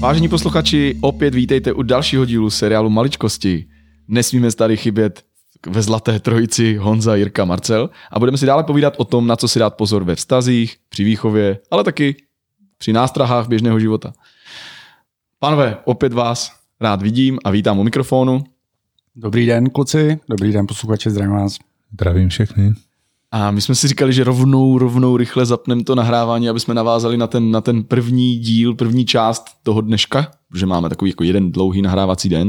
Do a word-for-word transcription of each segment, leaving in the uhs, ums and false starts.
Vážení posluchači, opět vítejte u dalšího dílu seriálu Maličkosti. Nesmíme tady chybět ve zlaté trojici Honza, Jirka, Marcel a budeme si dále povídat o tom, na co si dát pozor ve vztazích, při výchově, ale taky při nástrahách běžného života. Pánové, opět vás rád vidím a vítám u mikrofonu. Dobrý den, kluci, dobrý den, posluchači, zdravím vás. Zdravím všechny. A my jsme si říkali, že rovnou, rovnou rychle zapneme to nahrávání, aby jsme navázali na ten, na ten první díl, první část toho dneška, protože máme takový jako jeden dlouhý nahrávací den.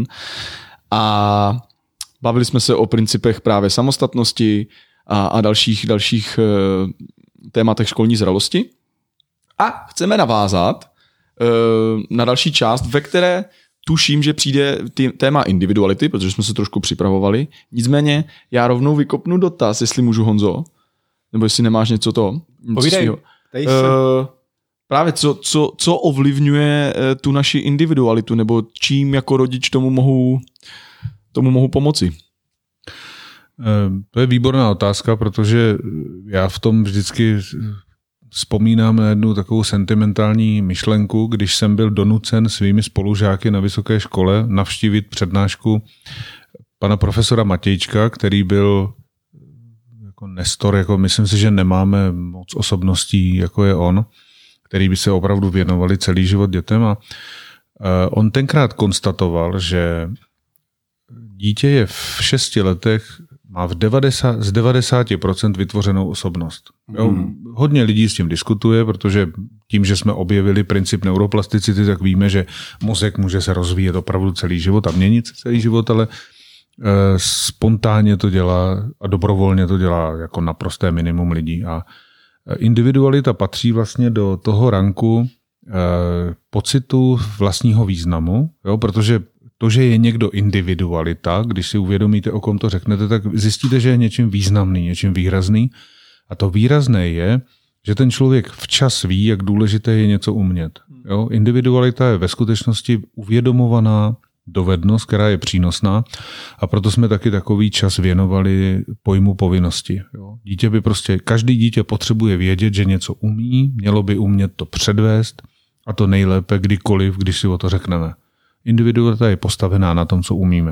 A bavili jsme se o principech právě samostatnosti a, a dalších, dalších uh, tématech školní zralosti. A chceme navázat uh, na další část, ve které tuším, že přijde tý, téma individuality, protože jsme se trošku připravovali. Nicméně já rovnou vykopnu dotaz, jestli můžu, Honzo, nebo jestli nemáš něco to. Povídej. Uh, právě co, co, co ovlivňuje uh, tu naši individualitu, nebo čím jako rodič tomu mohu, tomu mohu pomoci? To je výborná otázka, protože já v tom vždycky vzpomínám na jednu takovou sentimentální myšlenku, když jsem byl donucen svými spolužáky na vysoké škole navštívit přednášku pana profesora Matějčka, který byl jako nestor, jako myslím si, že nemáme moc osobností, jako je on, který by se opravdu věnovali celý život dětem. A on tenkrát konstatoval, že dítě je v šesti letech má v devadesát, z devadesát procent vytvořenou osobnost. Jo, hmm. Hodně lidí s tím diskutuje, protože tím, že jsme objevili princip neuroplasticity, tak víme, že mozek může se rozvíjet opravdu celý život a měnit celý život, ale e, spontánně to dělá a dobrovolně to dělá jako naprosté minimum lidí. A individualita patří vlastně do toho ranku e, pocitu vlastního významu, jo, protože to, že je někdo individualita, když si uvědomíte, o kom to řeknete, tak zjistíte, že je něčím významný, něčím výrazný. A to výrazné je, že ten člověk včas ví, jak důležité je něco umět. Jo? Individualita je ve skutečnosti uvědomovaná dovednost, která je přínosná, a proto jsme taky takový čas věnovali pojmu povinnosti. Jo? Dítě by prostě, každý dítě potřebuje vědět, že něco umí, mělo by umět to předvést, a to nejlépe kdykoliv, když si o to řekneme. Individualita je postavená na tom, co umíme.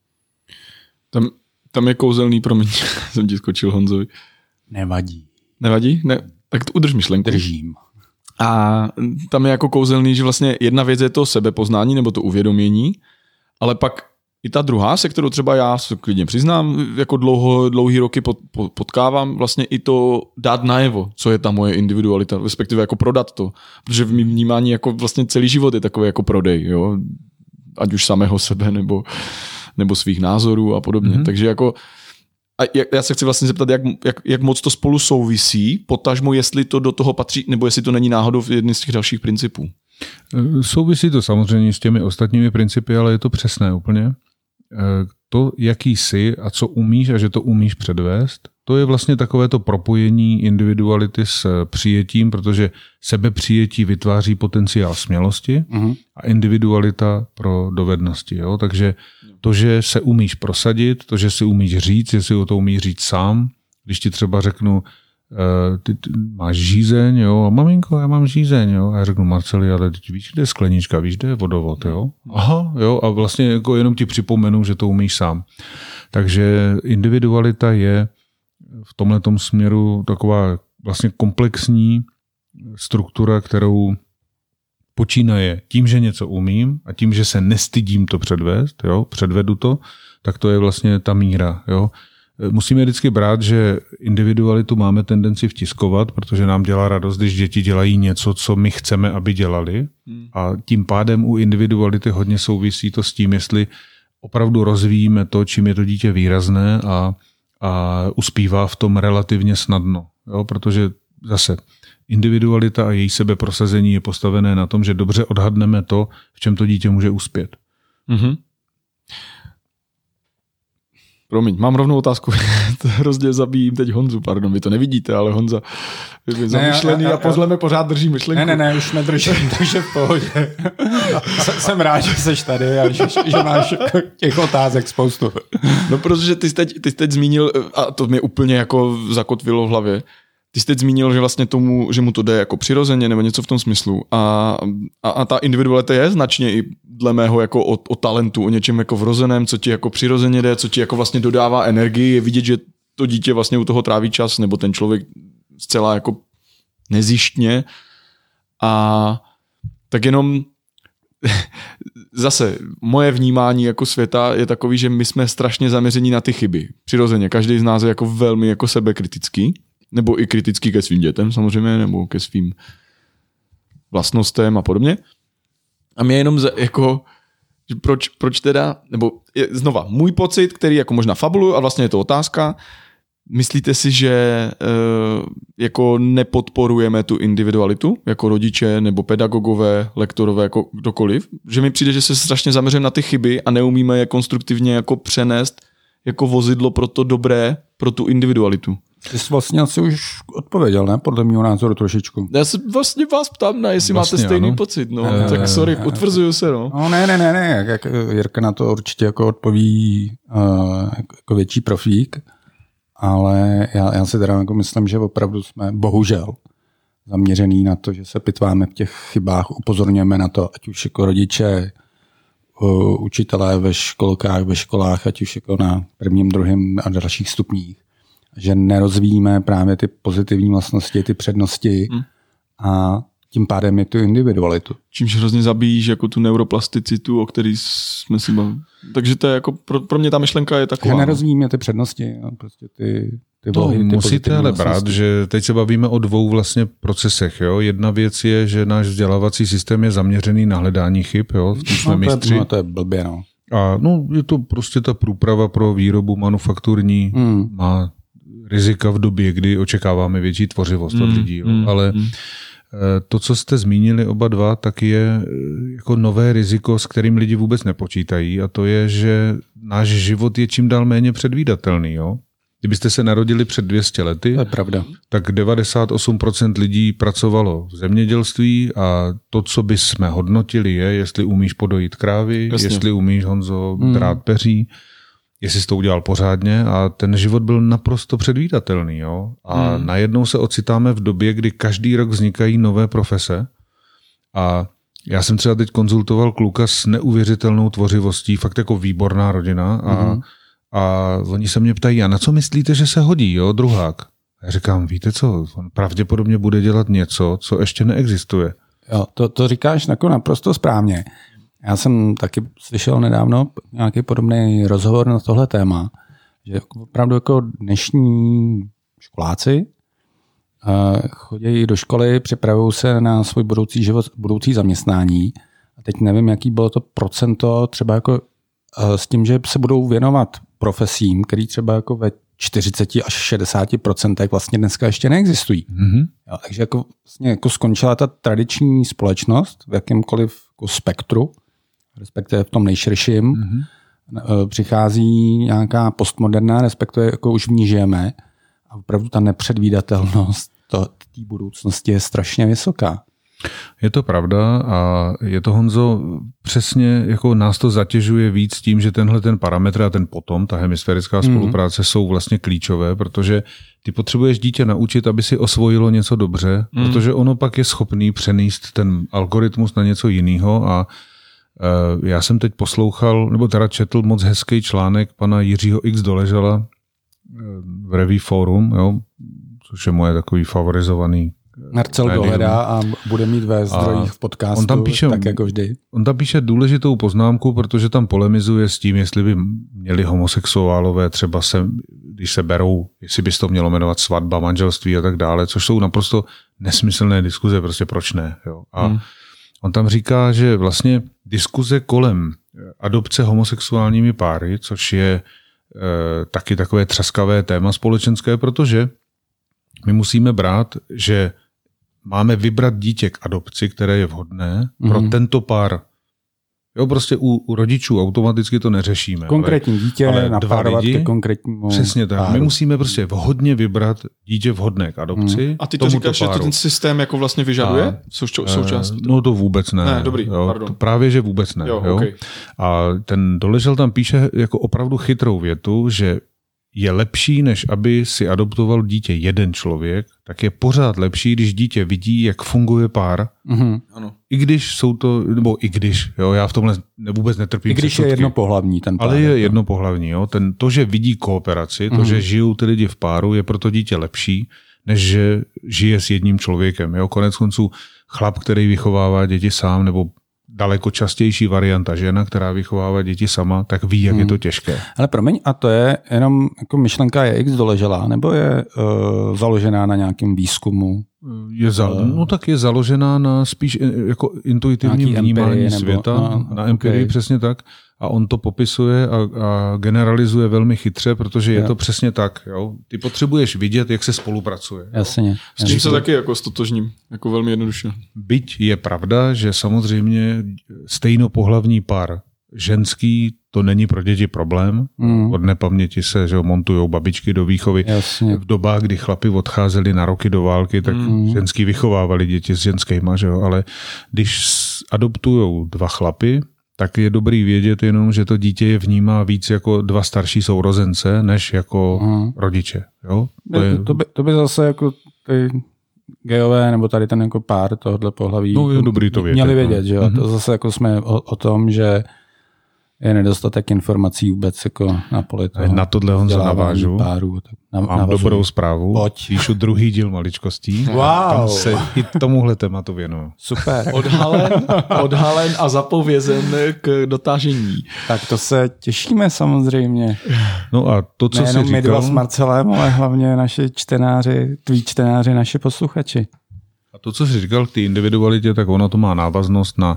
Tam, tam je kouzelný, promiň, jsem ti skočil, Honzovi. Nevadí. Nevadí? Ne, tak to udrž myšlenku. Držím. A tam je jako kouzelný, že vlastně jedna věc je to sebepoznání nebo to uvědomění, ale pak i ta druhá, se kterou třeba já se klidně přiznám, jako dlouho, dlouhý roky pot, pot, potkávám, vlastně i to dát najevo, co je ta moje individualita, respektive jako prodat to. Protože v mým vnímání jako vlastně celý život je takový jako prodej, jo? Ať už samého sebe nebo, nebo svých názorů a podobně. Mm-hmm. Takže jako a já se chci vlastně zeptat, jak, jak, jak moc to spolu souvisí, potažmo, jestli to do toho patří, nebo jestli to není náhodou v jedný z těch dalších principů. Souvisí to samozřejmě s těmi ostatními principy, ale je to přesné úplně. To, jaký jsi a co umíš a že to umíš předvést, to je vlastně takové to propojení individuality s přijetím, protože sebepřijetí vytváří potenciál smělosti uh-huh. a individualita pro dovednosti. Jo? Takže to, že se umíš prosadit, to, že si umíš říct, jestli o to umíš říct sám, když ti třeba řeknu, ty, ty máš žízeň, jo, a maminko, já mám žízeň, jo, a já řeknu, Marceli, ale ty víš, kde je sklenička, víš, kde je vodovod, jo, aha, jo, a vlastně jako jenom ti připomenu, že to umíš sám. Takže individualita je v tomhletom směru taková vlastně komplexní struktura, kterou počínaje tím, že něco umím a tím, že se nestydím to předvést, jo, předvedu to, tak to je vlastně ta míra, jo. Musíme vždycky brát, že individualitu máme tendenci vtiskovat, protože nám dělá radost, když děti dělají něco, co my chceme, aby dělali. A tím pádem u individuality hodně souvisí to s tím, jestli opravdu rozvíjíme to, čím je to dítě výrazné a, a uspívá v tom relativně snadno. Jo? Protože zase individualita a její sebeprosazení je postavené na tom, že dobře odhadneme to, v čem to dítě může uspět. Mhm. Promiň, mám rovnou otázku. To hrozně zabíjím teď Honzu, pardon, vy to nevidíte, ale Honza je zamyšlený a pozleme pořád drží myšlenku. Ne, ne, ne, už nedržím, takže v pohodě. Jsem rád, že jsi tady a že, že máš těch otázek spoustu. No, protože ty jsi teď, ty jsi teď zmínil, a to mě úplně jako zakotvilo v hlavě, ty jsi teď zmínil, že vlastně tomu, že mu to jde jako přirozeně nebo něco v tom smyslu a, a, a ta individualita je značně i dle mého jako o, o talentu, o něčem jako vrozeném, co ti jako přirozeně jde, co ti jako vlastně dodává energii, je vidět, že to dítě vlastně u toho tráví čas nebo ten člověk zcela jako nezištně a tak jenom zase moje vnímání jako světa je takový, že my jsme strašně zaměření na ty chyby. Přirozeně, každý z nás je jako velmi jako sebekritický, nebo i kritický ke svým dětem samozřejmě, nebo ke svým vlastnostem a podobně. A mě jenom jako, proč, proč teda, nebo je, znova, můj pocit, který jako možná fabuluju a vlastně je to otázka, myslíte si, že e, jako nepodporujeme tu individualitu jako rodiče nebo pedagogové, lektorové, jako kdokoliv? Že mi přijde, že se strašně zaměřím na ty chyby a neumíme je konstruktivně jako přenést jako vozidlo pro to dobré, pro tu individualitu. Ty jsi vlastně asi už odpověděl, ne? Podle mého názoru trošičku. Já se vlastně vás ptám, ne, jestli vlastně, máte stejný ano. pocit. No. E, tak sorry, utvrzuju se. No. no ne, ne, ne, ne. Jak Jirka na to určitě jako odpoví uh, jako větší profík. Ale já, já si teda jako myslím, že opravdu jsme bohužel zaměřený na to, že se pitváme v těch chybách, upozorňujeme na to, ať už jako rodiče, učitelé ve školkách, ve školách, ať už jako na prvním, druhém a dalších stupních. Že nerozvíjíme právě ty pozitivní vlastnosti, ty přednosti hmm. a tím pádem je tu individualitu. Čímž hrozně zabíjíš jako tu neuroplasticitu, o který jsme si bavili. Takže to je jako pro, pro mě ta myšlenka je taková. Že nerozvíjíme ty přednosti, prostě ty, ty to vlohy, ty musíte ale brát, že teď se bavíme o dvou vlastně procesech. Jo? Jedna věc je, že náš vzdělávací systém je zaměřený na hledání chyb. Jo? V tom jsme no, mistři. No, to je blbě, no. A no, je to prostě ta průprava pro výrobu manufakturní hmm. má rizika v době, kdy očekáváme větší tvořivost od lidí. Jo? Hmm. Ale hmm. to, co jste zmínili oba dva, tak je jako nové riziko, s kterým lidi vůbec nepočítají, a to je, že náš život je čím dál méně předvídatelný. Jo? Kdybyste se narodili před dvě stě lety, to je pravda. Tak devadesát osm procent lidí pracovalo v zemědělství a to, co bychom hodnotili, je, jestli umíš podojit krávy, Jasně. jestli umíš, Honzo, drát peří, jestli jsi to udělal pořádně, a ten život byl naprosto předvídatelný. Jo? A hmm. najednou se ocitáme v době, kdy každý rok vznikají nové profese a já jsem třeba teď konzultoval kluka s neuvěřitelnou tvořivostí, fakt jako výborná rodina a, hmm. a oni se mě ptají, a na co myslíte, že se hodí, jo, druhák? A já říkám, víte co, on pravděpodobně bude dělat něco, co ještě neexistuje. Jo, to, to říkáš jako naprosto správně. Já jsem taky slyšel nedávno nějaký podobný rozhovor na tohle téma, že opravdu jako dnešní školáci chodí do školy, připravují se na svůj budoucí život, budoucí zaměstnání. A teď nevím, jaký bylo to procento, třeba jako s tím, že se budou věnovat profesím, který třeba jako ve čtyřicet až šedesát procent vlastně dneska ještě neexistují. Mm-hmm. Jo, takže jako, vlastně jako skončila ta tradiční společnost v jakémkoliv jako spektru, respektive v tom nejširším, mm-hmm. přichází nějaká postmoderna, respektive jako už v ní žijeme, a opravdu ta nepředvídatelnost té budoucnosti je strašně vysoká. Je to pravda a je to, Honzo, přesně jako nás to zatěžuje víc tím, že tenhle ten parametr a ten potom, ta hemisférická spolupráce mm. jsou vlastně klíčové, protože ty potřebuješ dítě naučit, aby si osvojilo něco dobře, mm. protože ono pak je schopný přenést ten algoritmus na něco jiného. A uh, já jsem teď poslouchal, nebo teda četl moc hezký článek pana Jiřího X. Doležala v Revue Forum, jo, což je moje takový favorizovaný Marcel dohledá a bude mít ve zdrojích v podcastu, on tam píše, tak jako vždy. On tam píše důležitou poznámku, protože tam polemizuje s tím, jestli by měli homosexuálové třeba se, když se berou, jestli by se to mělo jmenovat svatba, manželství a tak dále, což jsou naprosto nesmyslné diskuze, prostě proč ne. Jo. A hmm. on tam říká, že vlastně diskuze kolem adopce homosexuálními páry, což je e, taky takové třaskavé téma společenské, protože my musíme brát, že máme vybrat dítě k adopci, které je vhodné mm. pro tento pár. Jo, prostě u, u rodičů automaticky to neřešíme. Konkrétní dítě ale napárovat ke konkrétnímu přesně tak. Páru. My musíme prostě vhodně vybrat dítě vhodné k adopci. Mm. A ty to říkáš, páru. Že to ten systém jako vlastně vyžaduje? A, Sou, součást? No to vůbec ne. Ne, dobrý, jo, pardon. To právě, že vůbec ne. Jo, jo. Okay. A ten Doležel tam píše jako opravdu chytrou větu, že je lepší, než aby si adoptoval dítě jeden člověk, tak je pořád lepší, když dítě vidí, jak funguje pár. Mm-hmm. Ano. I když jsou to, nebo i když, jo, já v tomhle vůbec netrpím. I když předsudky, je jednopohlavní ten pár. ale je jednopohlavní. Jo. Ten, to, že vidí kooperaci, to, mm-hmm. že žijou ty lidi v páru, je pro to dítě lepší, než že žije s jedním člověkem. Jo. Konec konců chlap, který vychovává děti sám, nebo daleko častější varianta žena, která vychovává děti sama, tak ví, jak hmm. je to těžké. Ale promiň, a to je jenom jako myšlenka je X doleželá, nebo je uh, založená na nějakém výzkumu? Je za, no tak je založená na spíš jako intuitivním vnímání nebo, světa, no, na empirii, okay. Přesně tak. A on to popisuje a, a generalizuje velmi chytře, protože je jo. to přesně tak. Jo? Ty potřebuješ vidět, jak se spolupracuje. Jasně. S tím se taky jako stotožním, jako velmi jednoduše. Byť je pravda, že samozřejmě stejnopohlavní pár ženský, to není pro děti problém. Mm. Od nepaměti se že montujou babičky do výchovy. Jasně. V dobách, kdy chlapi odcházeli na roky do války, tak mm. ženský vychovávali děti s ženskýma. Že jo? Ale když adoptujou dva chlapy, tak je dobrý vědět jenom, že to dítě je vnímá víc jako dva starší sourozence, než jako mm. rodiče. Jo? To, je... to, by, to by zase jako ty gejové, nebo tady ten jako pár tohohle pohlaví no, je dobrý to vědět, měli vědět. No. Že jo? Mm-hmm. To zase jako jsme o, o tom, že je nedostatek informací vůbec jako na poli toho. Na tohle Honzo navážu. Páru, tak na, Mám navazuji. dobrou zprávu. Pojď. Píšu druhý díl Maličkostí. Wow. Tam se i tomuhle tématu věnuju. Super. Odhalen, odhalen a zapovězen k dotážení. Tak to se těšíme samozřejmě. No a to, co nejenom jsi říkal... my dva s Marcelem, ale hlavně naši čtenáři, tví čtenáři, naši posluchači. A to, co jsi říkal k té individualitě, tak ono to má návaznost na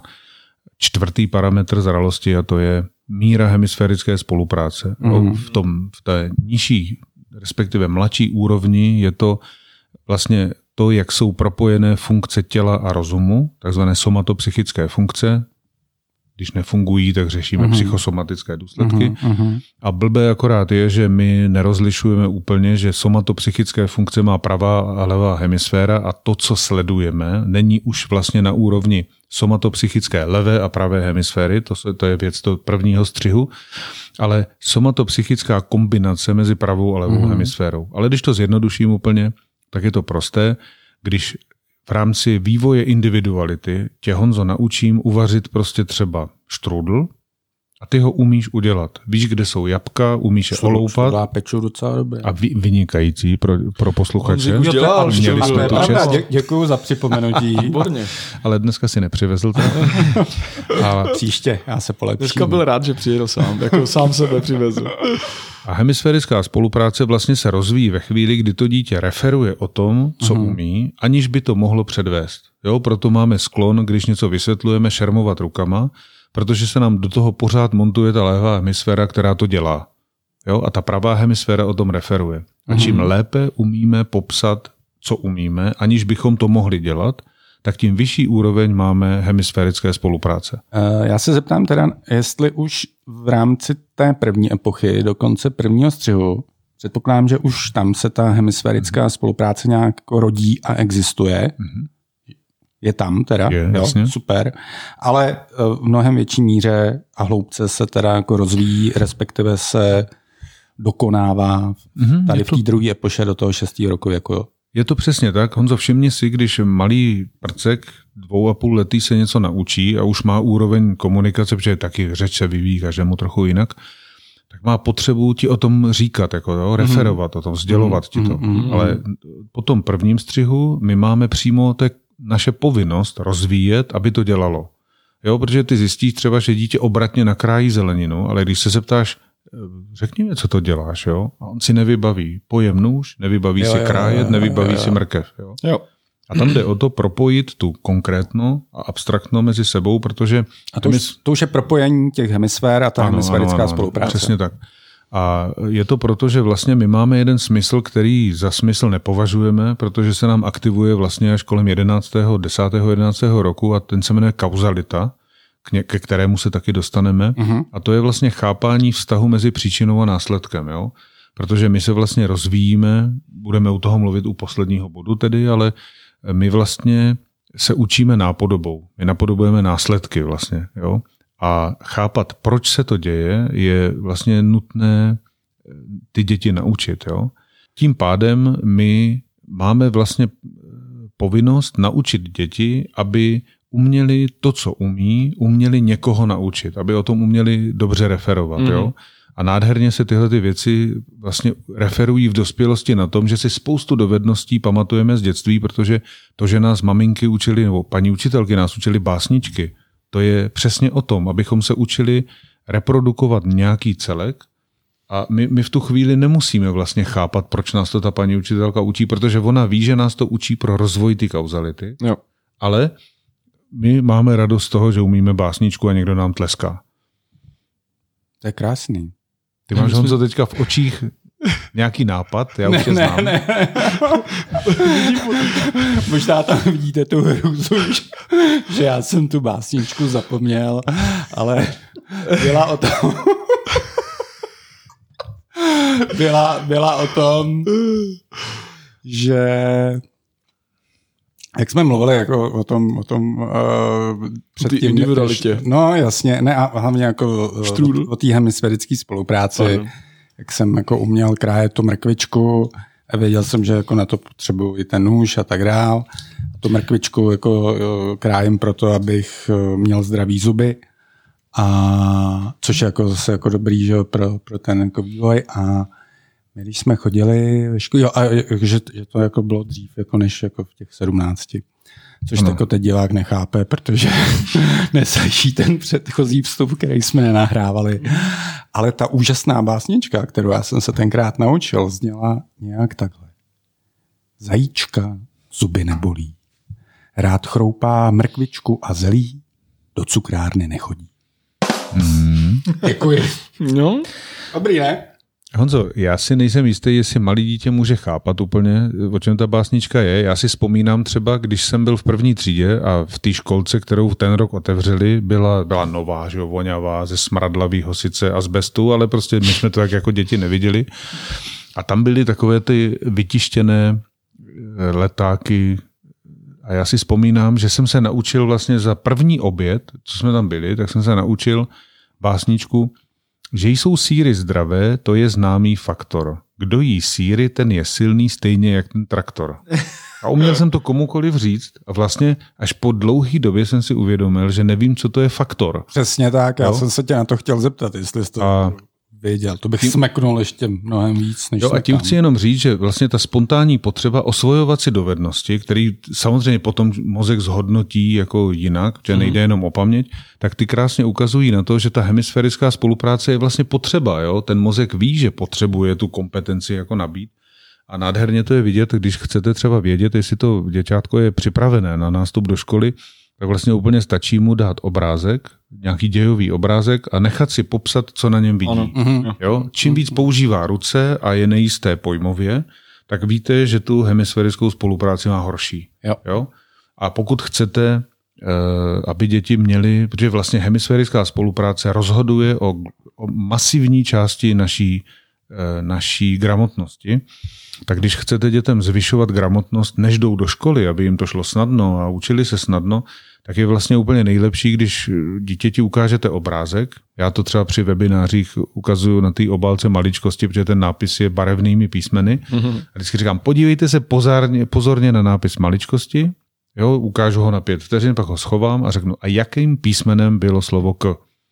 čtvrtý parametr zralosti a to je míra hemisférické spolupráce. Mm. V, tom, v té nižší, respektive mladší úrovni je to vlastně to, jak jsou propojené funkce těla a rozumu, takzvané somatopsychické funkce. Když nefungují, tak řešíme mm. psychosomatické důsledky. Mm. A blbé akorát je, že my nerozlišujeme úplně, že somatopsychické funkce má pravá a levá hemisféra a to, co sledujeme, není už vlastně na úrovni somatopsychické levé a pravé hemisféry, to, se, to je věc toho prvního střihu, ale somatopsychická kombinace mezi pravou a levou mm. hemisférou. Ale když to zjednoduším úplně, tak je to prosté. Když v rámci vývoje individuality tě, Honzo, naučím uvařit prostě třeba štrůdl a ty ho umíš udělat. Víš, kde jsou jabka, umíš je oloupat. Já peču docela dobře. A vy, vynikající pro, pro posluchače. Honzik už dělal, měli jsme tu čest. Dě, děkuju za připomenutí. Výborně. Ale dneska si nepřivezl to. A příště, já se polepším. Dneska byl rád, že přijel sám, jako sám sebe přivezl. A hemisférická spolupráce vlastně se rozvíjí ve chvíli, kdy to dítě referuje o tom, co uh-huh. umí, aniž by to mohlo předvést. Jo, proto máme sklon, když něco vysvětlujeme, šermovat rukama, protože se nám do toho pořád montuje ta levá hemisféra, která to dělá. Jo, a ta pravá hemisféra o tom referuje. A čím uh-huh. lépe umíme popsat, co umíme, aniž bychom to mohli dělat, tak tím vyšší úroveň máme hemisférické spolupráce. Já se zeptám teda, jestli už v rámci té první epochy, dokonce prvního střihu, předpokládám, že už tam se ta hemisférická mm-hmm. spolupráce nějak rodí a existuje. Mm-hmm. Je tam teda, je, jo, super. Ale v mnohem větší míře a hloubce se teda jako rozvíjí, respektive se dokonává mm-hmm, tady v té to... druhé epoše do toho šestého roku jako. Je to přesně tak. Honzo, všimni si, když malý prcek dvou a půl letý se něco naučí a už má úroveň komunikace, protože taky řeč se vyvíjí každému trochu jinak, tak má potřebu ti o tom říkat, jako, jo, referovat mm. o tom, sdělovat mm. ti to. Mm. Ale po tom prvním střihu my máme přímo to naše povinnost rozvíjet, aby to dělalo. Jo, protože ty zjistíš třeba, že dítě obratně nakrájí zeleninu, ale když se zeptáš, řekni mi, co to děláš, jo? A on si nevybaví pojem nůž, nevybaví jo, si krájet, jo, jo, nevybaví jo, jo. si mrkev. Jo? Jo. A tam jde o to propojit tu konkrétno a abstraktno mezi sebou, protože... A to, hemis... už, to už je propojení těch hemisfér a ta ano, hemisférická ano, ano, spolupráce. Přesně tak. A je to proto, že vlastně my máme jeden smysl, který za smysl nepovažujeme, protože se nám aktivuje vlastně až kolem jedenáctého, desátého, jedenáctého roku a ten se jmenuje kauzalita, ke kterému se taky dostaneme. Uh-huh. A to je vlastně chápání vztahu mezi příčinou a následkem. Jo? Protože my se vlastně rozvíjíme, budeme u toho mluvit u posledního bodu tedy, ale my vlastně se učíme nápodobou. My napodobujeme následky vlastně. Jo? A chápat, proč se to děje, je vlastně nutné ty děti naučit. Jo? Tím pádem my máme vlastně povinnost naučit děti, aby uměli to, co umí, uměli někoho naučit, aby o tom uměli dobře referovat. Mm. Jo? A nádherně se tyhle ty věci vlastně referují v dospělosti na tom, že si spoustu dovedností pamatujeme z dětství, protože to, že nás maminky učili, nebo paní učitelky nás učili básničky, to je přesně o tom, abychom se učili reprodukovat nějaký celek a my, my v tu chvíli nemusíme vlastně chápat, proč nás to ta paní učitelka učí, protože ona ví, že nás to učí pro rozvoj ty kauzality, jo. Ale my máme radost z toho, že umíme básničku a někdo nám tleská. To je krásný. Ty máš, Honzo, teďka v očích nějaký nápad, já už ne, je znám. Ne, ne. Možná tam vidíte tu hrůzu, že já jsem tu básničku zapomněl, ale byla o tom... byla, byla o tom, že... Jak jsme mluvili jako o tom, o tom uh, předtím... individualitě. No jasně, ne a hlavně jako Štrůdl. o, o té hemisférické spolupráci. Ano. Jak jsem jako uměl krájet tu mrkvičku a věděl jsem, že jako na to potřebuji i ten nůž a tak dál. A tu mrkvičku jako krájím proto, abych měl zdravý zuby. A což je jako zase jako dobrý, že pro, pro ten jako vývoj. A my, když jsme chodili ve škole, jo, a že, že to jako bylo dřív, jako než jako v těch sedmnácti. Což jako teď divák nechápe, protože neslyší ten předchozí vstup, který jsme nenahrávali. Ale ta úžasná básnička, kterou já jsem se tenkrát naučil, zněla nějak takhle. Zajíčka zuby nebolí. Rád chroupá mrkvičku a zelí, do cukrárny nechodí. Mm. Děkuji. No. Dobrý, ne? Honzo, já si nejsem jistý, jestli malý dítě může chápat úplně, o čem ta básnička je. Já si vzpomínám třeba, když jsem byl v první třídě a v té školce, kterou v ten rok otevřeli, byla, byla nová, že jo, voňavá, ze smradlavýho sice azbestu, ale prostě my jsme to jak jako děti neviděli. A tam byly takové ty vytištěné letáky. A já si vzpomínám, že jsem se naučil vlastně za první oběd, co jsme tam byli, tak jsem se naučil básničku, že jsou sýry zdravé, to je známý faktor. Kdo jí sýry, ten je silný stejně jak ten traktor. A uměl jsem to komukoliv říct a vlastně až po dlouhý době jsem si uvědomil, že nevím, co to je faktor. Přesně tak, já jo? jsem se tě na to chtěl zeptat, jestli jsi to a... věděl. To bych tím... smeknul ještě mnohem víc, než jo, a tím tam. Chci jenom říct, že vlastně ta spontánní potřeba osvojovat si dovednosti, který samozřejmě potom mozek zhodnotí jako jinak, že mm. nejde jenom o paměť, tak ty krásně ukazují na to, že ta hemisférická spolupráce je vlastně potřeba. Jo? Ten mozek ví, že potřebuje tu kompetenci jako nabít. A nádherně to je vidět, když chcete třeba vědět, jestli to děťátko je připravené na nástup do školy, tak vlastně úplně stačí mu dát obrázek, nějaký dějový obrázek a nechat si popsat, co na něm vidí. Ano. Jo? Čím víc používá ruce a je nejisté pojmově, tak víte, že tu hemisférickou spolupráci má horší. Jo. Jo? A pokud chcete, aby děti měly, protože vlastně hemisférická spolupráce rozhoduje o, o masivní části naší, naší gramotnosti, tak když chcete dětem zvyšovat gramotnost, než jdou do školy, aby jim to šlo snadno a učili se snadno, tak je vlastně úplně nejlepší, když dítěti ukážete obrázek. Já to třeba při webinářích ukazuju na té obálce maličkosti, protože ten nápis je barevnými písmeny. Mm-hmm. A vždycky říkám, podívejte se pozorně, pozorně na nápis maličkosti, jo, ukážu ho na pět vteřin, pak ho schovám a řeknu, a jakým písmenem bylo slovo K?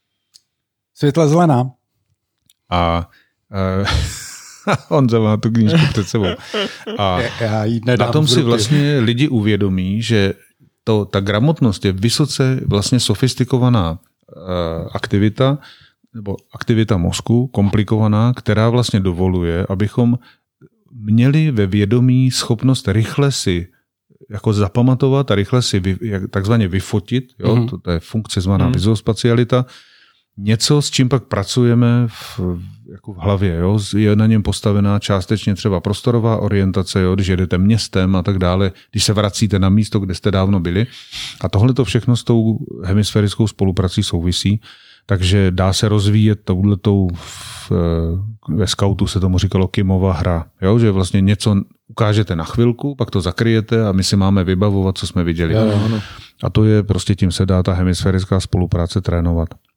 Světle zelená. A... Uh, on má tu knížku před sebou. A já jí nedám na tom si vlastně lidi uvědomí, že to, ta gramotnost je vysoce vlastně sofistikovaná uh, aktivita, nebo aktivita mozku, komplikovaná, která vlastně dovoluje, abychom měli ve vědomí schopnost rychle si jako zapamatovat a rychle si vy, jak, takzvaně vyfotit, jo? Mm-hmm. To, to je funkce zvaná mm-hmm. vizuospatialita, něco, s čím pak pracujeme v, jako v hlavě. Jo? Je na něm postavená částečně třeba prostorová orientace, jo? Když jedete městem a tak dále, když se vracíte na místo, kde jste dávno byli. A tohle to všechno s tou hemisférickou spoluprací souvisí, takže dá se rozvíjet touhletou, v, ve skautu se tomu říkalo Kimova hra, jo? Že vlastně něco ukážete na chvilku, pak to zakryjete a my si máme vybavovat, co jsme viděli. Jo, jo, no. A to je prostě tím se dá ta hemisférická spolupráce trénovat.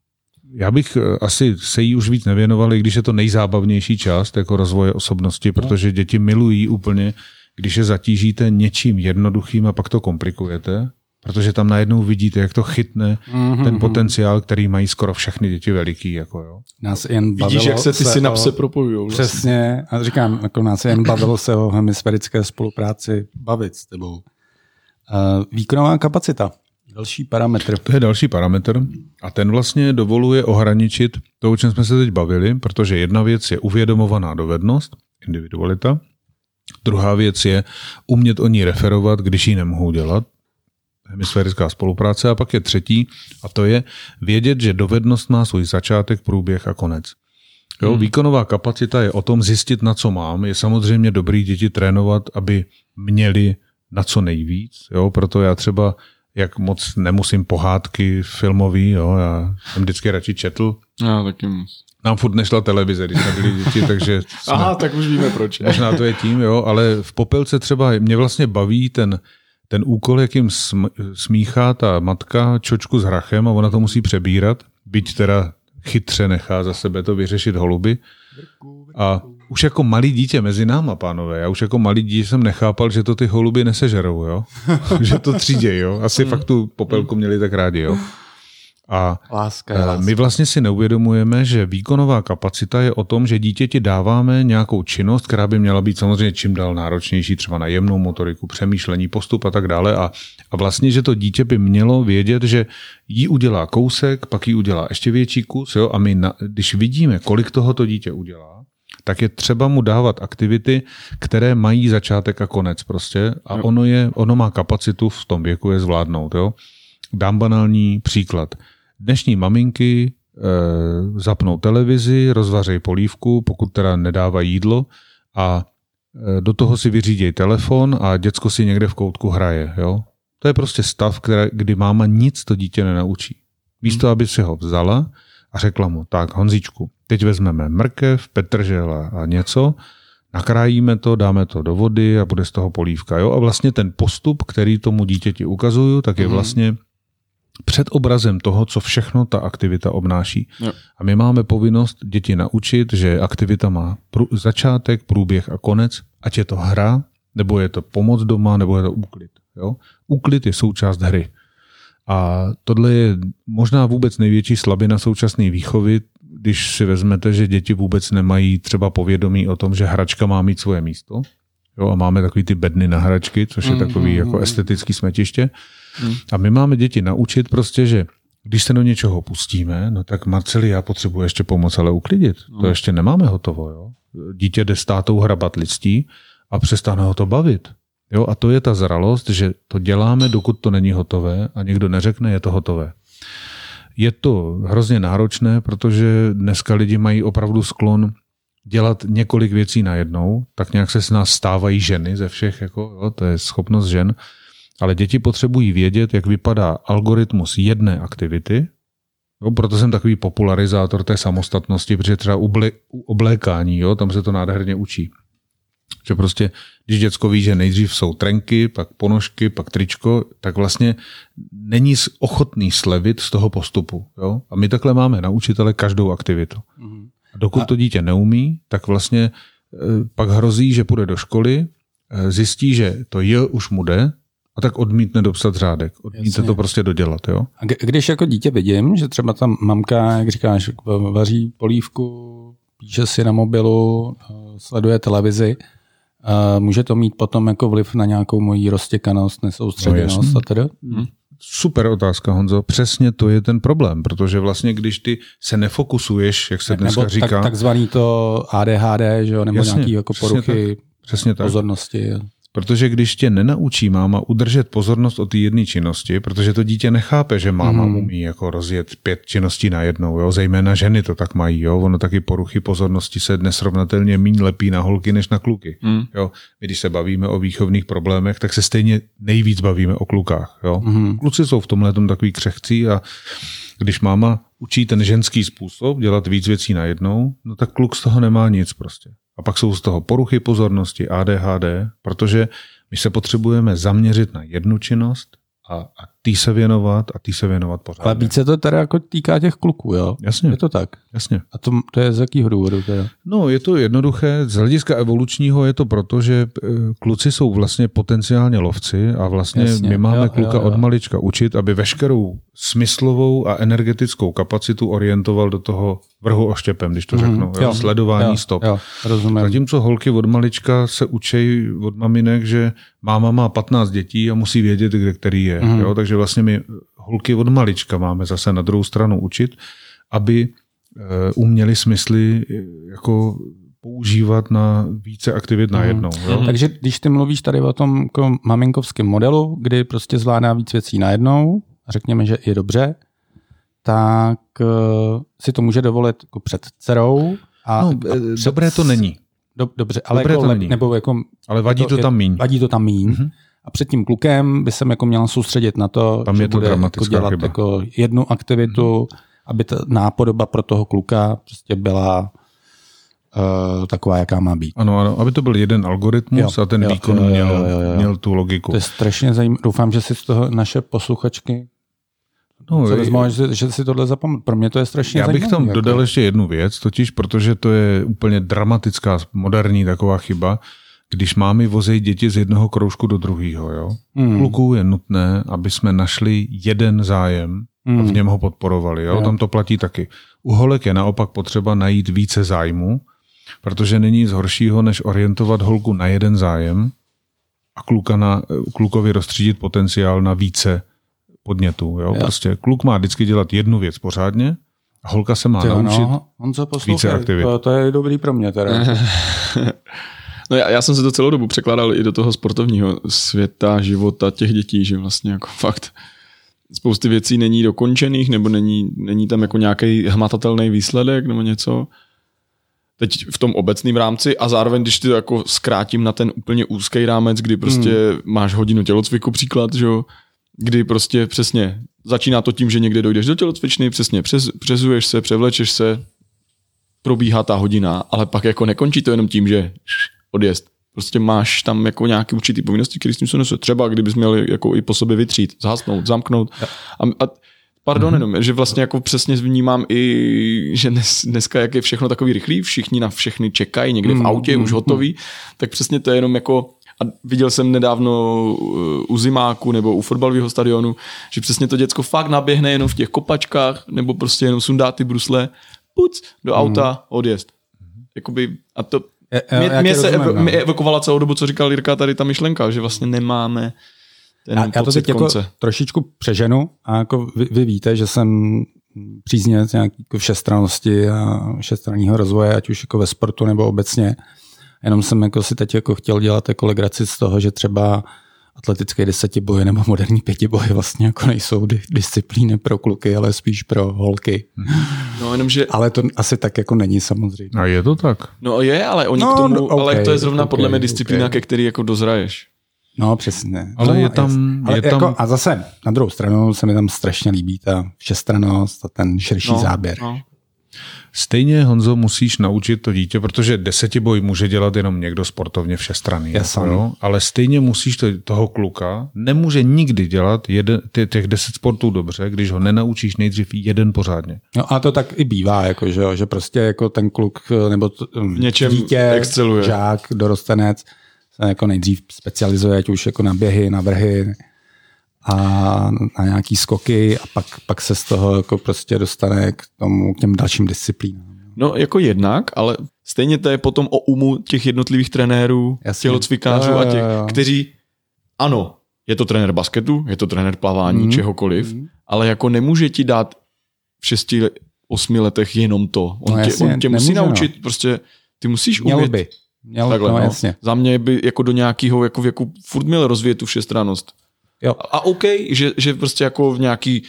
já bych asi se jí už víc nevěnoval, i když je to nejzábavnější část jako rozvoje osobnosti, protože děti milují úplně, když je zatížíte něčím jednoduchým a pak to komplikujete, protože tam najednou vidíte, jak to chytne mm-hmm. ten potenciál, který mají skoro všechny děti veliký. Jako, jo. Nás jen bavilo Vidíš, jak se ty synapse o... propojujou. Vlastně. Přesně. A říkám, jako nás jen bavilo se o hemisférické spolupráci bavit s tebou. Uh, výkonová kapacita. Další parametr. To je další parametr a ten vlastně dovoluje ohraničit to, o čem jsme se teď bavili, protože jedna věc je uvědomovaná dovednost, individualita, druhá věc je umět o ní referovat, když ji nemohou dělat, hemisférická spolupráce, a pak je třetí a to je vědět, že dovednost má svůj začátek, průběh a konec. Jo, hmm. Výkonová kapacita je o tom zjistit, na co mám. Je samozřejmě dobrý děti trénovat, aby měli na co nejvíc. Jo, proto já třeba jak moc nemusím pohádky filmový, jo, já jsem vždycky radši četl. Já taky moc. Nám furt nešla televize, když jsme byli děti, takže... Jsme, aha, tak už víme proč. Možná to je tím, jo, ale v Popelce třeba mě vlastně baví ten, ten úkol, jak jim smíchá ta matka čočku s hrachem a ona to musí přebírat, byť teda chytře nechá za sebe to vyřešit holuby. A už jako malý dítě mezi náma, pánové, já už jako malý dítě jsem nechápal, že to ty holuby nesežerou, jo? Že to třídějí, jo? Asi fakt tu Popelku měli tak rádi, jo? A láska, láska. My vlastně si neuvědomujeme, že výkonová kapacita je o tom, že dítěti dáváme nějakou činnost, která by měla být samozřejmě čím dál náročnější, třeba na jemnou motoriku, přemýšlení, postup a tak dále. A, a vlastně, že to dítě by mělo vědět, že jí udělá kousek, pak jí udělá ještě větší kus, jo? A my, na, když vidíme, kolik toho to dítě udělá, tak je třeba mu dávat aktivity, které mají začátek a konec prostě a ono, je, ono má kapacitu v tom věku je zvládnout. Jo? Dám banální příklad. Dnešní maminky e, zapnou televizi, rozvařejí polívku, pokud teda nedávají jídlo a e, do toho si vyřídějí telefon a děcko si někde v koutku hraje. Jo? To je prostě stav, které, kdy máma nic to dítě nenaučí. Místo, aby si ho vzala a řekla mu, tak Honzíčku, teď vezmeme mrkev, petržel a něco, nakrájíme to, dáme to do vody a bude z toho polívka. Jo? A vlastně ten postup, který tomu dítěti ukazuju, tak je vlastně před obrazem toho, co všechno ta aktivita obnáší. Jo. A my máme povinnost děti naučit, že aktivita má prů, začátek, průběh a konec, ať je to hra, nebo je to pomoc doma, nebo je to úklid. Jo? Úklid je součást hry. A tohle je možná vůbec největší slabina současné výchovy, když si vezmete, že děti vůbec nemají třeba povědomí o tom, že hračka má mít svoje místo. Jo, a máme takový ty bedny na hračky, což je takový jako estetický smetiště. A my máme děti naučit prostě, že když se do něčeho pustíme, no tak Marceli, já potřebuji ještě pomoc, ale uklidit. To ještě nemáme hotovo. Jo? Dítě jde s tátou hrabat listí a přestane ho to bavit. Jo? A to je ta zralost, že to děláme, dokud to není hotové a někdo neřekne, je to hotové. Je to hrozně náročné, protože dneska lidi mají opravdu sklon dělat několik věcí najednou, tak nějak se s nás stávají ženy ze všech, jako, jo, to je schopnost žen, ale děti potřebují vědět, jak vypadá algoritmus jedné aktivity, jo, proto jsem takový popularizátor té samostatnosti, protože třeba u oblékání, jo, tam se to nádherně učí. Že prostě, když děcko ví, že nejdřív jsou trenky, pak ponožky, pak tričko, tak vlastně není ochotný slevit z toho postupu. Jo? A my takhle máme na učitele každou aktivitu. A dokud to dítě neumí, tak vlastně e, pak hrozí, že půjde do školy, e, zjistí, že to je už mu jde, a tak odmítne dopsat řádek. Odmítne Jasně. to prostě dodělat. Jo? A když jako dítě vidím, že třeba ta mamka, jak říkáš, vaří polívku, píše si na mobilu, sleduje televizi, může to mít potom jako vliv na nějakou moji roztěkanost, nesoustředěnost no, a teda? Hmm. Super otázka, Honzo. Přesně to je ten problém, protože vlastně, když ty se nefokusuješ, jak se tak dneska nebo říká... Tak, takzvaný to A D H D, že jo? Nebo jasně, nějaký jako poruchy tak, přesně tak. pozornosti. Protože když tě nenaučí máma udržet pozornost od té jedné činnosti, protože to dítě nechápe, že máma mm. umí jako rozjet pět činností najednou, jo? Zejména ženy to tak mají, jo? Ono taky poruchy pozornosti se nesrovnatelně míň lepí na holky než na kluky. Mm. Jo? My když se bavíme o výchovných problémech, tak se stejně nejvíc bavíme o klukách. Jo? Mm. Kluci jsou v tomhle tom takový křehcí a když máma učí ten ženský způsob dělat víc věcí najednou, no tak kluk z toho nemá nic prostě. A pak jsou z toho poruchy pozornosti, A D H D, protože my se potřebujeme zaměřit na jednu činnost a, a tý se věnovat a tý se věnovat pořád. Ale víc se to teda jako týká těch kluků, jo? Jasně. Je to tak? Jasně. A to, to je z jakého důvodu teda? No, je to jednoduché. Z hlediska evolučního je to proto, že kluci jsou vlastně potenciálně lovci a vlastně Jasně. my máme jo, kluka jo, jo. od malička učit, aby veškerou smyslovou a energetickou kapacitu orientoval do toho vrhu oštěpem, když to mm, řeknu. Jo, sledování jo, stop. Jo, rozumím. Zatímco holky od malička se učí od maminek, že máma má patnáct dětí a musí vědět, kde který je. Mm. Jo? Takže vlastně my holky od malička máme zase na druhou stranu učit, aby uměli smysly jako používat na více aktivit najednou. Mm. Jo? Takže když ty mluvíš tady o tom jako maminkovském modelu, kdy prostě zvládá víc věcí najednou, řekněme, že je dobře, tak uh, si to může dovolit jako před dcerou. A, no, a před... Dobré to není. Do, dobře, ale, dobré jako, to není. Nebo jako, ale vadí to, to tam míň. Vadí to tam míň. Mm-hmm. A před tím klukem by se jako měl soustředit na to, tam že je to bude jako dělat chyba. Jako jednu aktivitu, mm-hmm. aby ta nápodoba pro toho kluka prostě byla uh, taková, jaká má být. Ano, ano, aby to byl jeden algoritmus jo, a ten jo, výkon jo, jo, měl, jo, jo, jo. měl tu logiku. To je strašně zajímavé. Doufám, že si z toho naše posluchačky no, co vezmu, že, že si tohle zapamatuju. Pro mě to je strašně Já bych zajímavé. tam jako. dodal ještě jednu věc, totiž protože to je úplně dramatická, moderní taková chyba, když mámy vozejí děti z jednoho kroužku do druhého. Jo? Hmm. Kluků je nutné, aby jsme našli jeden zájem hmm. a v něm ho podporovali. Jo? Tam to platí taky. U holek je naopak potřeba najít více zájmu, protože není nic horšího, než orientovat holku na jeden zájem a kluka na, klukovi rozstřídit potenciál na více podnětů. Jo? Jo. Prostě kluk má vždycky dělat jednu věc pořádně a holka se má Tyjo, naučit no, on co více aktivit. To, to je dobrý pro mě teda. No já, já jsem se to celou dobu překládal i do toho sportovního světa, života těch dětí, že vlastně jako fakt spousty věcí není dokončených, nebo není, není tam jako nějaký hmatatelný výsledek nebo něco. Teď v tom obecném rámci a zároveň, když ty to jako zkrátím na ten úplně úzký rámec, kdy prostě hmm. máš hodinu tělocviku příklad, že jo, kdy prostě přesně začíná to tím, že někde dojdeš do tělocvičny, přesně přez, přezuješ se, převlečeš se, probíhá ta hodina, ale pak jako nekončí to jenom tím, že odjezd. Prostě máš tam jako nějaké určitý povinnosti, které s tím jsou nesou. Třeba kdybys měl jako i po sobě vytřít, zhasnout, zamknout. A, a pardon, mm-hmm. jenom, že vlastně jako přesně vnímám i, že dnes, dneska jak je všechno takový rychlý, všichni na všechny čekají, někde v autě mm-hmm. už hotový, tak přesně to je jenom jako, a viděl jsem nedávno u Zimáku nebo u fotbalového stadionu, že přesně to děcko fakt naběhne jenom v těch kopačkách, nebo prostě jenom sundá ty brusle, puc, do auta, mm-hmm. odjezd. Jakoby, a to mě, mě se rozumím, ev, no. evokovala celou dobu, co říkal Jirka, tady ta myšlenka, že vlastně nemáme ten já, já to teď jako trošičku přeženu a jako vy, vy víte, že jsem příznivec nějaké jako všestrannosti a všestranného rozvoje, ať už jako ve sportu nebo obecně. Jenom jsem jako si teď jako chtěl dělat jako legraci z toho, že třeba atletické desetiboj nebo moderní pětiboj vlastně jako nejsou disciplíny pro kluky, ale spíš pro holky. No, jenom, že... Ale to asi tak jako není samozřejmě. A je to tak? No je, ale oni no, k tomu, okay, ale to je zrovna okay, podle mě disciplína, okay. ke který jako dozraješ. No přesně. Ale no, je tam... Ale je jako, tam... A zase na druhou stranu se mi tam strašně líbí ta všestrannost a ten širší no, záběr. No. Stejně, Honzo, musíš naučit to dítě, protože desetiboj může dělat jenom někdo sportovně všestranný. Jo? Ale stejně musíš to, toho kluka, nemůže nikdy dělat jeden, těch deset sportů dobře, když ho nenaučíš nejdřív jeden pořádně. No a to tak i bývá, jako, že, že prostě jako ten kluk nebo to, dítě, exceluje. Žák, dorostenec se jako nejdřív specializuje, ať už jako na běhy, na vrhy a na nějaký skoky a pak, pak se z toho jako prostě dostane k tomu, k těm dalším disciplínám. No jako jednak, ale stejně to je potom o umu těch jednotlivých trenérů, tělocvikářů a těch, kteří, ano, je to trenér basketu, je to trenér plavání, mm. čehokoliv, mm. ale jako nemůže ti dát v šesti, osmi letech jenom to. On no tě, jasně, on tě musí nemůže, naučit, no. prostě ty musíš Měl umět. By. Měl, Takhle, no, no. jasně. Za mě by jako do nějakého jako věku furt měl rozvíjet tu všestrannost. Jo. A OK, že, že prostě jako v nějaký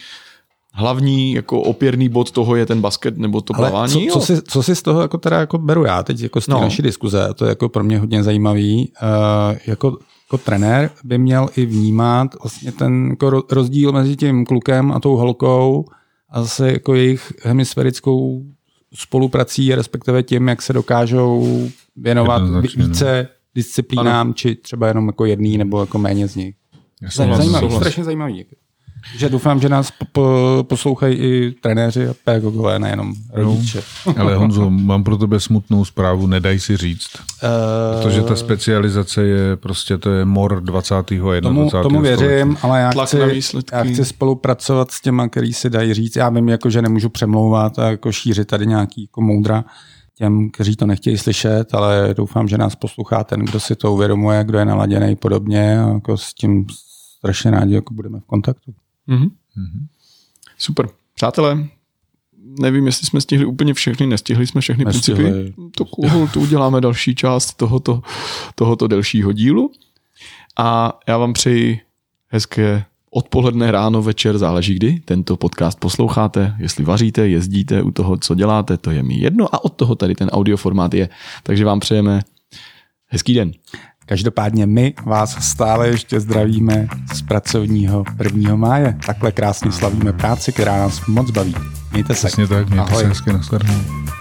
hlavní jako opěrný bod toho je ten basket nebo to ale plavání. Co, co, si, co si z toho jako teda jako beru já teď jako z té no. naší diskuze, to je jako pro mě hodně zajímavý, uh, jako, jako trenér by měl i vnímat vlastně ten jako rozdíl mezi tím klukem a tou holkou a zase jako jejich hemisférickou spoluprací, respektive tím, jak se dokážou věnovat více disciplínám, ano. či třeba jenom jako jedný nebo jako méně z nich. Zajímavý, strašně zajímavý. Že doufám, že nás po, po, poslouchají i trenéři a pedagogové, nejenom rodiče. No, ale Honzo, mám pro tebe smutnou zprávu, nedaj si říct. Uh, Protože ta specializace je prostě, to je mor dvacátého a jednadvacátého Tomu, tomu věřím, ale já chci, já chci spolupracovat s těma, který si dají říct. Já vím, jako, že nemůžu přemlouvat a jako šířit tady nějaký jako moudra těm, kteří to nechtějí slyšet, ale doufám, že nás poslouchá ten, kdo si to uvědomuje, kdo je naladěný podobně a jako s tím strašně rádi jako budeme v kontaktu. Mm-hmm. Mm-hmm. Super. Přátelé, nevím, jestli jsme stihli úplně všechny, nestihli jsme všechny Nestihli. principy. To, to uděláme další část tohoto, tohoto delšího dílu. A já vám přeji hezké odpoledne, ráno, večer, záleží kdy tento podcast posloucháte. Jestli vaříte, jezdíte u toho, co děláte, to je mi jedno a od toho tady ten audioformát je. Takže vám přejeme hezký den. Každopádně my vás stále ještě zdravíme z pracovního prvního máje. Takhle krásně slavíme práci, která nás moc baví. Mějte se. Přesně tak, mějte Ahoj. se hezky, nashledanou.